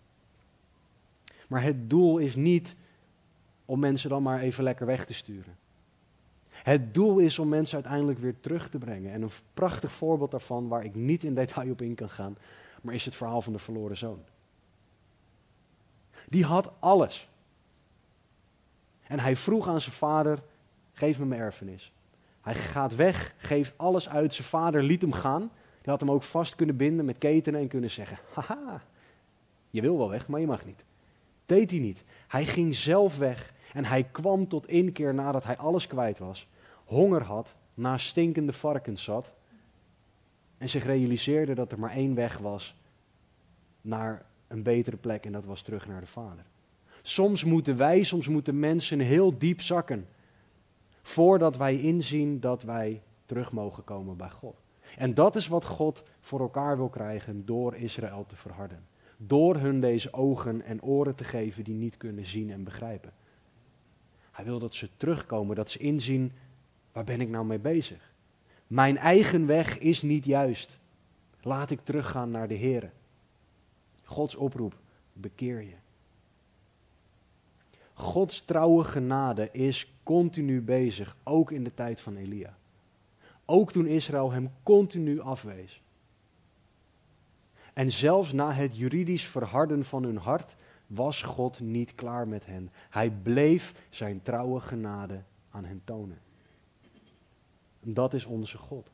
B: Maar het doel is niet om mensen dan maar even lekker weg te sturen. Het doel is om mensen uiteindelijk weer terug te brengen. En een prachtig voorbeeld daarvan, waar ik niet in detail op in kan gaan, maar is het verhaal van de verloren zoon. Die had alles. En hij vroeg aan zijn vader, geef me mijn erfenis. Hij gaat weg, geeft alles uit. Zijn vader liet hem gaan. Die had hem ook vast kunnen binden met ketenen en kunnen zeggen, haha, je wil wel weg, maar je mag niet. Deed hij niet. Hij ging zelf weg en hij kwam tot inkeer nadat hij alles kwijt was. Honger had, naast stinkende varkens zat en zich realiseerde dat er maar één weg was naar een betere plek en dat was terug naar de Vader. Soms moeten mensen heel diep zakken voordat wij inzien dat wij terug mogen komen bij God. En dat is wat God voor elkaar wil krijgen door Israël te verharden. Door hun deze ogen en oren te geven die niet kunnen zien en begrijpen. Hij wil dat ze terugkomen, dat ze inzien, waar ben ik nou mee bezig? Mijn eigen weg is niet juist. Laat ik teruggaan naar de Heere. Gods oproep, bekeer je. Gods trouwe genade is continu bezig, ook in de tijd van Elia. Ook toen Israël hem continu afwees. En zelfs na het juridisch verharden van hun hart was God niet klaar met hen. Hij bleef zijn trouwe genade aan hen tonen. En dat is onze God.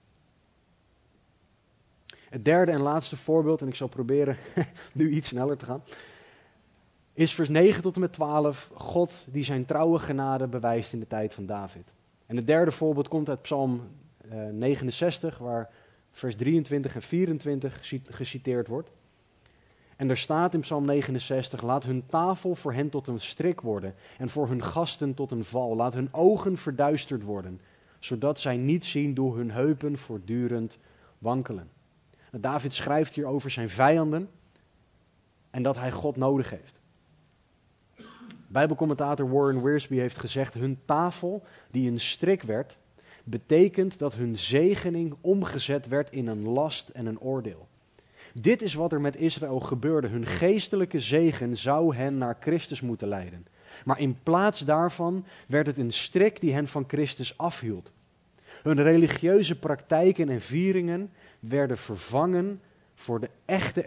B: Het derde en laatste voorbeeld, en ik zal proberen nu iets sneller te gaan, is vers 9 tot en met 12, God die zijn trouwe genade bewijst in de tijd van David. En het derde voorbeeld komt uit Psalm 69, waar vers 23 en 24 geciteerd wordt. En er staat in Psalm 69, laat hun tafel voor hen tot een strik worden en voor hun gasten tot een val. Laat hun ogen verduisterd worden, zodat zij niet zien door hun heupen voortdurend wankelen. David schrijft hier over zijn vijanden en dat hij God nodig heeft. Bijbelcommentator Warren Wiersbe heeft gezegd, hun tafel die een strik werd, betekent dat hun zegening omgezet werd in een last en een oordeel. Dit is wat er met Israël gebeurde. Hun geestelijke zegen zou hen naar Christus moeten leiden. Maar in plaats daarvan werd het een strik die hen van Christus afhield. Hun religieuze praktijken en vieringen werden vervangingen voor de echte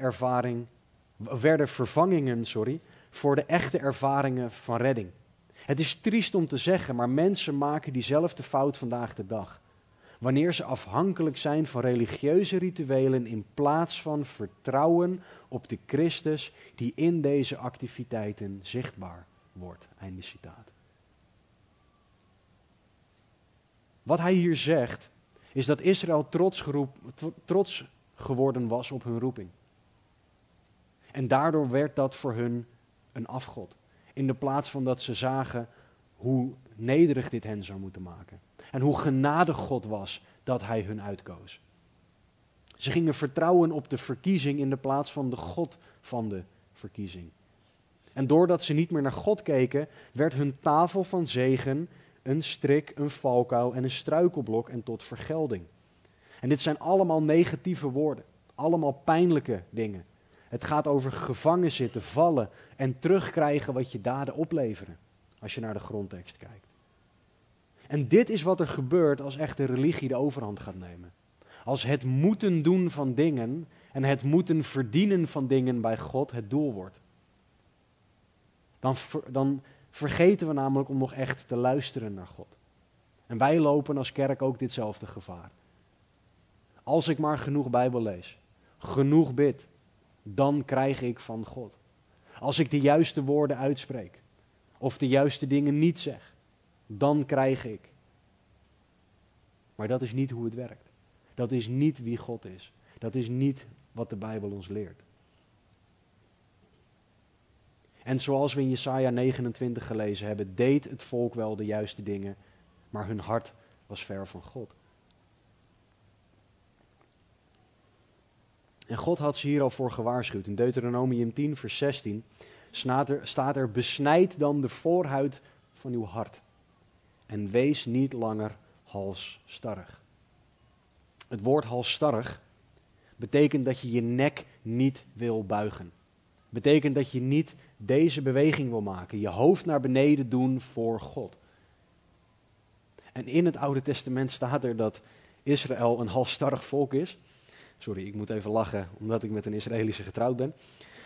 B: ervaringen van redding. Het is triest om te zeggen, maar mensen maken diezelfde fout vandaag de dag. Wanneer ze afhankelijk zijn van religieuze rituelen in plaats van vertrouwen op de Christus die in deze activiteiten zichtbaar wordt. Einde citaat. Wat hij hier zegt, is dat Israël trots geworden was op hun roeping. En daardoor werd dat voor hun een afgod. In de plaats van dat ze zagen hoe nederig dit hen zou moeten maken. En hoe genadig God was dat hij hun uitkoos. Ze gingen vertrouwen op de verkiezing in de plaats van de God van de verkiezing. En doordat ze niet meer naar God keken, werd hun tafel van zegen een strik, een valkuil en een struikelblok en tot vergelding. En dit zijn allemaal negatieve woorden. Allemaal pijnlijke dingen. Het gaat over gevangen zitten, vallen en terugkrijgen wat je daden opleveren. Als je naar de grondtekst kijkt. En dit is wat er gebeurt als echte religie de overhand gaat nemen. Als het moeten doen van dingen en het moeten verdienen van dingen bij God het doel wordt. Dan vergeten we namelijk om nog echt te luisteren naar God. En wij lopen als kerk ook ditzelfde gevaar. Als ik maar genoeg Bijbel lees, genoeg bid, dan krijg ik van God. Als ik de juiste woorden uitspreek of de juiste dingen niet zeg, dan krijg ik. Maar dat is niet hoe het werkt. Dat is niet wie God is. Dat is niet wat de Bijbel ons leert. En zoals we in Jesaja 29 gelezen hebben, deed het volk wel de juiste dingen, maar hun hart was ver van God. En God had ze hier al voor gewaarschuwd. In Deuteronomium 10 vers 16 staat er, besnijd dan de voorhuid van uw hart. en wees niet langer halsstarrig. Het woord halsstarrig betekent dat je je nek niet wil buigen. Betekent dat je niet deze beweging wil maken, je hoofd naar beneden doen voor God. En in het Oude Testament staat er dat Israël een halsstarrig volk is. Sorry, ik moet even lachen omdat ik met een Israëlische getrouwd ben.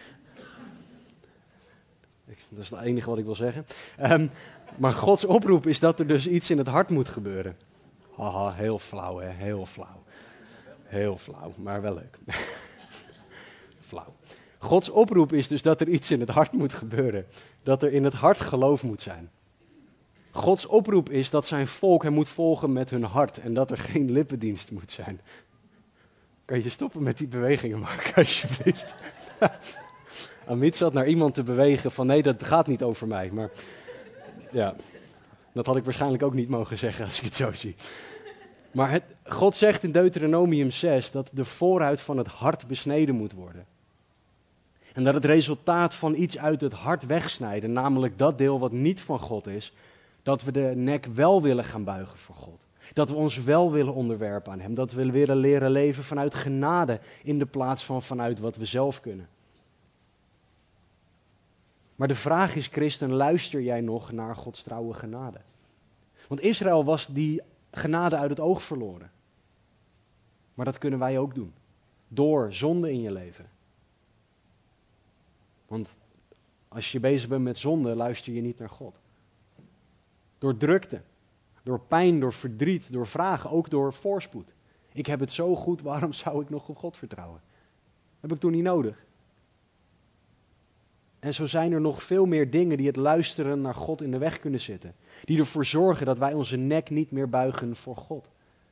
B: Dat is het enige wat ik wil zeggen. Maar Gods oproep is dat er dus iets in het hart moet gebeuren. Haha, heel flauw hè, heel flauw. Heel flauw, maar wel leuk. Flauw. Gods oproep is dus dat er iets in het hart moet gebeuren. Dat er in het hart geloof moet zijn. Gods oproep is dat zijn volk hem moet volgen met hun hart en dat er geen lippendienst moet zijn. Kan je stoppen met die bewegingen maken, alsjeblieft? Amit zat naar iemand te bewegen van nee, dat gaat niet over mij. Maar ja, dat had ik waarschijnlijk ook niet mogen zeggen als ik het zo zie. Maar God zegt in Deuteronomium 6 dat de voorhuid van het hart besneden moet worden. En dat het resultaat van iets uit het hart wegsnijden, namelijk dat deel wat niet van God is, dat we de nek wel willen gaan buigen voor God. Dat we ons wel willen onderwerpen aan Hem. Dat we willen leren leven vanuit genade in de plaats van vanuit wat we zelf kunnen. Maar de vraag is, christen, luister jij nog naar Gods trouwe genade? Want Israël was die genade uit het oog verloren. Maar dat kunnen wij ook doen. Door zonde in je leven. Want als je bezig bent met zonde, luister je niet naar God. Door drukte, door pijn, door verdriet, door vragen, ook door voorspoed. Ik heb het zo goed, waarom zou ik nog op God vertrouwen? Heb ik toen niet nodig. En zo zijn er nog veel meer dingen die het luisteren naar God in de weg kunnen zitten. Die ervoor zorgen dat wij onze nek niet meer buigen voor God.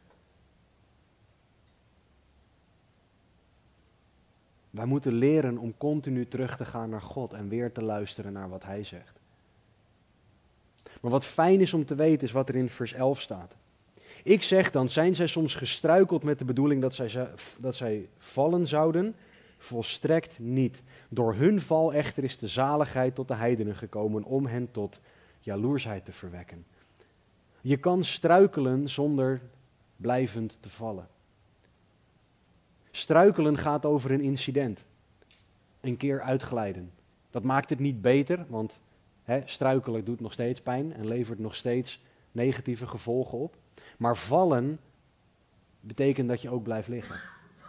B: Wij moeten leren om continu terug te gaan naar God en weer te luisteren naar wat Hij zegt. Maar wat fijn is om te weten is wat er in vers 11 staat. Ik zeg dan, zijn zij soms gestruikeld met de bedoeling dat zij vallen zouden? Volstrekt niet. Door hun val echter is de zaligheid tot de heidenen gekomen om hen tot jaloersheid te verwekken. Je kan struikelen zonder blijvend te vallen. Struikelen gaat over een incident. Een keer uitglijden. Dat maakt het niet beter, want struikelen doet nog steeds pijn en levert nog steeds negatieve gevolgen op. Maar vallen betekent dat je ook blijft liggen.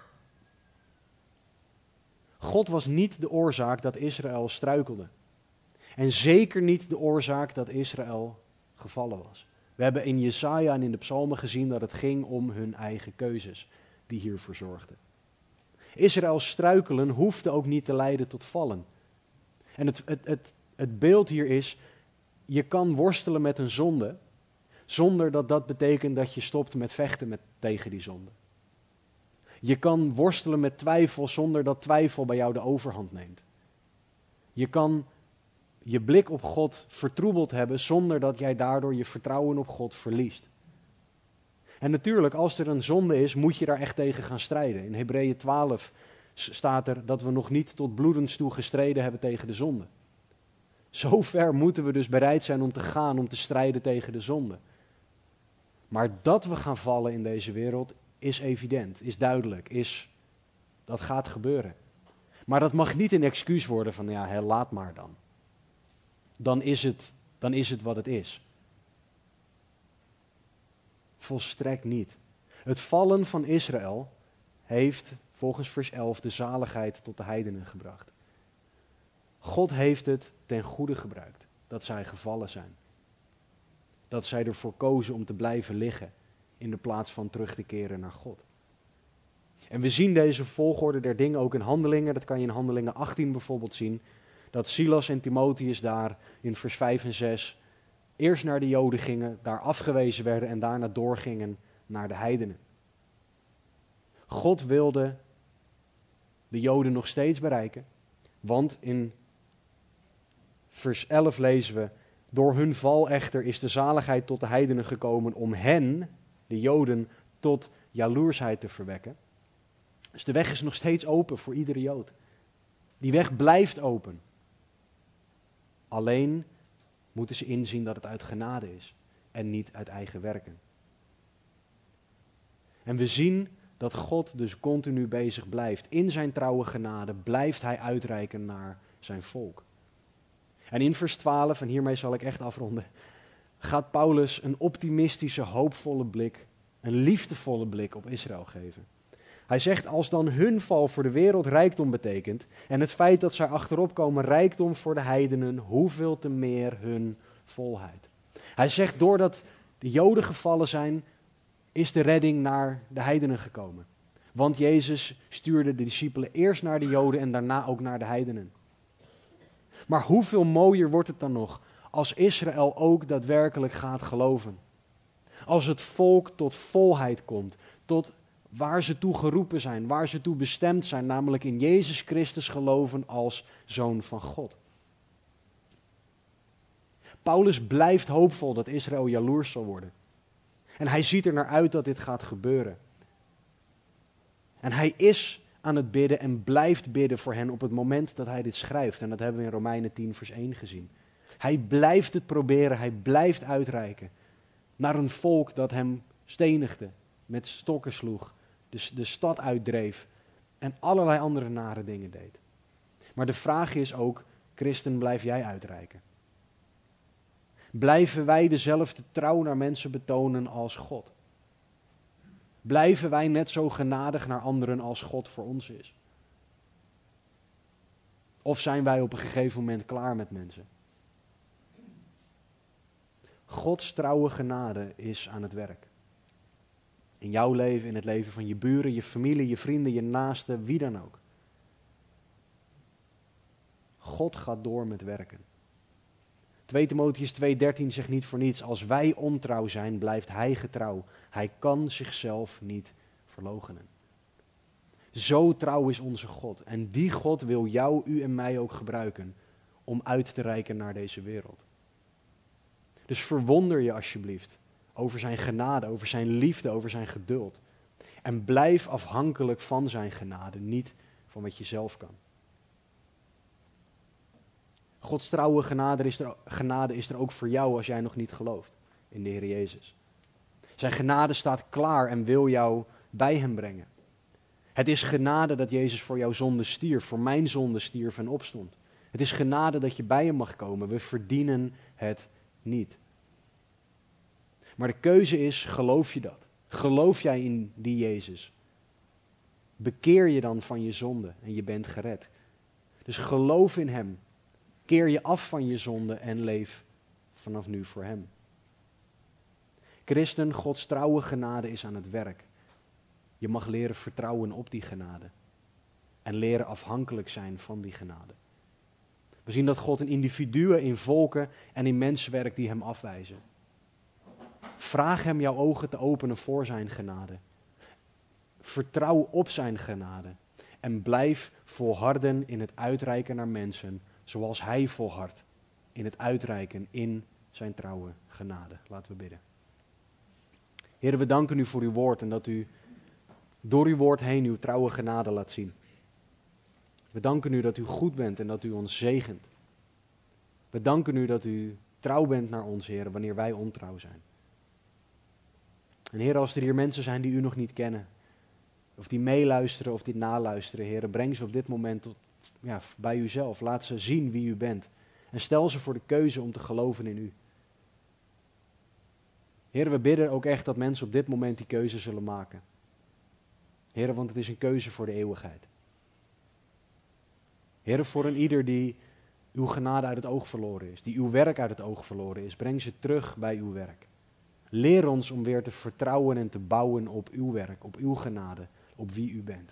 B: God was niet de oorzaak dat Israël struikelde. En zeker niet de oorzaak dat Israël gevallen was. We hebben in Jesaja en in de psalmen gezien dat het ging om hun eigen keuzes die hiervoor zorgden. Israëls struikelen hoefde ook niet te leiden tot vallen. En het beeld hier is, je kan worstelen met een zonde, zonder dat dat betekent dat je stopt met vechten tegen die zonde. Je kan worstelen met twijfel zonder dat twijfel bij jou de overhand neemt. Je kan je blik op God vertroebeld hebben zonder dat jij daardoor je vertrouwen op God verliest. En natuurlijk, als er een zonde is, moet je daar echt tegen gaan strijden. In Hebreeën 12 staat er dat we nog niet tot bloedens toe gestreden hebben tegen de zonde. Zover moeten we dus bereid zijn om te gaan, om te strijden tegen de zonde. Maar dat we gaan vallen in deze wereld is evident, is duidelijk, dat gaat gebeuren. Maar dat mag niet een excuus worden van, ja, laat maar dan. Dan is het wat het is. Volstrekt niet. Het vallen van Israël heeft volgens vers 11 de zaligheid tot de heidenen gebracht. God heeft het ten goede gebruikt dat zij gevallen zijn. Dat zij ervoor kozen om te blijven liggen in de plaats van terug te keren naar God. En we zien deze volgorde der dingen ook in Handelingen. Dat kan je in Handelingen 18 bijvoorbeeld zien. Dat Silas en Timotheus daar in vers 5 en 6 eerst naar de Joden gingen, daar afgewezen werden en daarna doorgingen naar de heidenen. God wilde de Joden nog steeds bereiken, want in vers 11 lezen we, door hun val echter is de zaligheid tot de heidenen gekomen om hen, de Joden, tot jaloersheid te verwekken. Dus de weg is nog steeds open voor iedere Jood. Die weg blijft open. Alleen moeten ze inzien dat het uit genade is. en niet uit eigen werken. En we zien dat God dus continu bezig blijft. In zijn trouwe genade blijft hij uitreiken naar zijn volk. En in vers 12, en hiermee zal ik echt afronden, gaat Paulus een optimistische, hoopvolle blik, een liefdevolle blik op Israël geven. Hij zegt, als dan hun val voor de wereld rijkdom betekent, en het feit dat zij achterop komen rijkdom voor de heidenen, hoeveel te meer hun volheid. Hij zegt, doordat de Joden gevallen zijn, is de redding naar de heidenen gekomen. Want Jezus stuurde de discipelen eerst naar de Joden en daarna ook naar de heidenen. Maar hoeveel mooier wordt het dan nog als Israël ook daadwerkelijk gaat geloven. Als het volk tot volheid komt, tot waar ze toe geroepen zijn, waar ze toe bestemd zijn, namelijk in Jezus Christus geloven als Zoon van God. Paulus blijft hoopvol dat Israël jaloers zal worden. En hij ziet er naar uit dat dit gaat gebeuren. En hij is aan het bidden en blijft bidden voor hen op het moment dat hij dit schrijft. En dat hebben we in Romeinen 10 vers 1 gezien. Hij blijft het proberen, hij blijft uitreiken naar een volk dat hem stenigde, met stokken sloeg, dus de stad uitdreef en allerlei andere nare dingen deed. Maar de vraag is ook, christen, blijf jij uitreiken? Blijven wij dezelfde trouw naar mensen betonen als God? Blijven wij net zo genadig naar anderen als God voor ons is? Of zijn wij op een gegeven moment klaar met mensen? Gods trouwe genade is aan het werk. In jouw leven, in het leven van je buren, je familie, je vrienden, je naasten, wie dan ook. God gaat door met werken. 2 Timotheüs 2:13 zegt niet voor niets, als wij ontrouw zijn, blijft hij getrouw. Hij kan zichzelf niet verloochenen. Zo trouw is onze God. En die God wil jou, u en mij ook gebruiken om uit te reiken naar deze wereld. Dus verwonder je alsjeblieft over zijn genade, over zijn liefde, over zijn geduld. En blijf afhankelijk van zijn genade, niet van wat je zelf kan. Gods trouwe genade is er ook voor jou als jij nog niet gelooft in de Heer Jezus. Zijn genade staat klaar en wil jou bij hem brengen. Het is genade dat Jezus voor jouw zonde stierf, voor mijn zonde stierf en opstond. Het is genade dat je bij hem mag komen. We verdienen het niet. Maar de keuze is, geloof je dat? Geloof jij in die Jezus? Bekeer je dan van je zonde en je bent gered. Dus geloof in hem. Keer je af van je zonde en leef vanaf nu voor hem. Christen, Gods trouwe genade is aan het werk. Je mag leren vertrouwen op die genade. En leren afhankelijk zijn van die genade. We zien dat God in individuen, in volken en in mensen werkt die hem afwijzen. Vraag hem jouw ogen te openen voor zijn genade. Vertrouw op zijn genade. En blijf volharden in het uitreiken naar mensen, zoals hij volhardt in het uitreiken in zijn trouwe genade. Laten we bidden. Heer, we danken u voor uw woord en dat u door uw woord heen uw trouwe genade laat zien. We danken u dat u goed bent en dat u ons zegent. We danken u dat u trouw bent naar ons, Heer, wanneer wij ontrouw zijn. En Heer, als er hier mensen zijn die u nog niet kennen, of die meeluisteren of die naluisteren, Heer, breng ze op dit moment tot, bij uzelf. Laat ze zien wie u bent. En stel ze voor de keuze om te geloven in u. Heer, we bidden ook echt dat mensen op dit moment die keuze zullen maken. Heer, want het is een keuze voor de eeuwigheid. Heer, voor een ieder die uw genade uit het oog verloren is, die uw werk uit het oog verloren is, breng ze terug bij uw werk. Leer ons om weer te vertrouwen en te bouwen op uw werk, op uw genade, op wie u bent.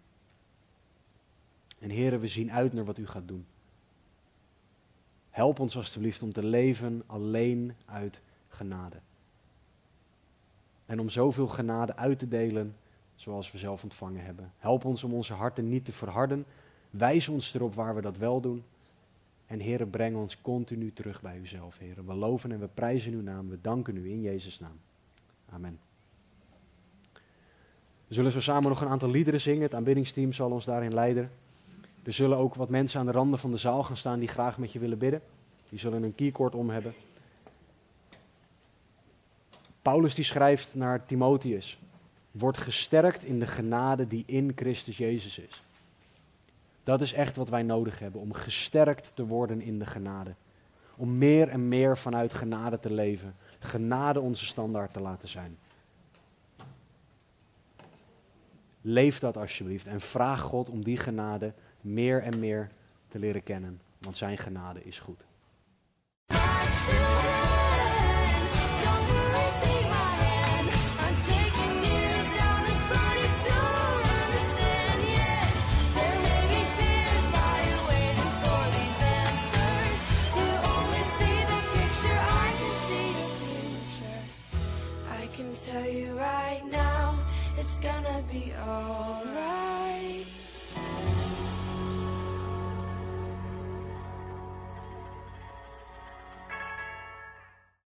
B: En Heer, we zien uit naar wat u gaat doen. Help ons alstublieft om te leven alleen uit genade. En om zoveel genade uit te delen zoals we zelf ontvangen hebben. Help ons om onze harten niet te verharden. Wijs ons erop waar we dat wel doen. En Heere, breng ons continu terug bij uzelf, Heere. We loven en we prijzen uw naam. We danken u in Jezus' naam. Amen. We zullen zo samen nog een aantal liederen zingen. Het aanbiddingsteam zal ons daarin leiden. Er zullen ook wat mensen aan de randen van de zaal gaan staan die graag met je willen bidden. Die zullen een keycord om hebben. Paulus die schrijft naar Timotheus: word gesterkt in de genade die in Christus Jezus is. Dat is echt wat wij nodig hebben, om gesterkt te worden in de genade. Om meer en meer vanuit genade te leven. Genade onze standaard te laten zijn. Leef dat alsjeblieft en vraag God om die genade meer en meer te leren kennen. Want zijn genade is goed.
C: Tell you right now, it's gonna be alright.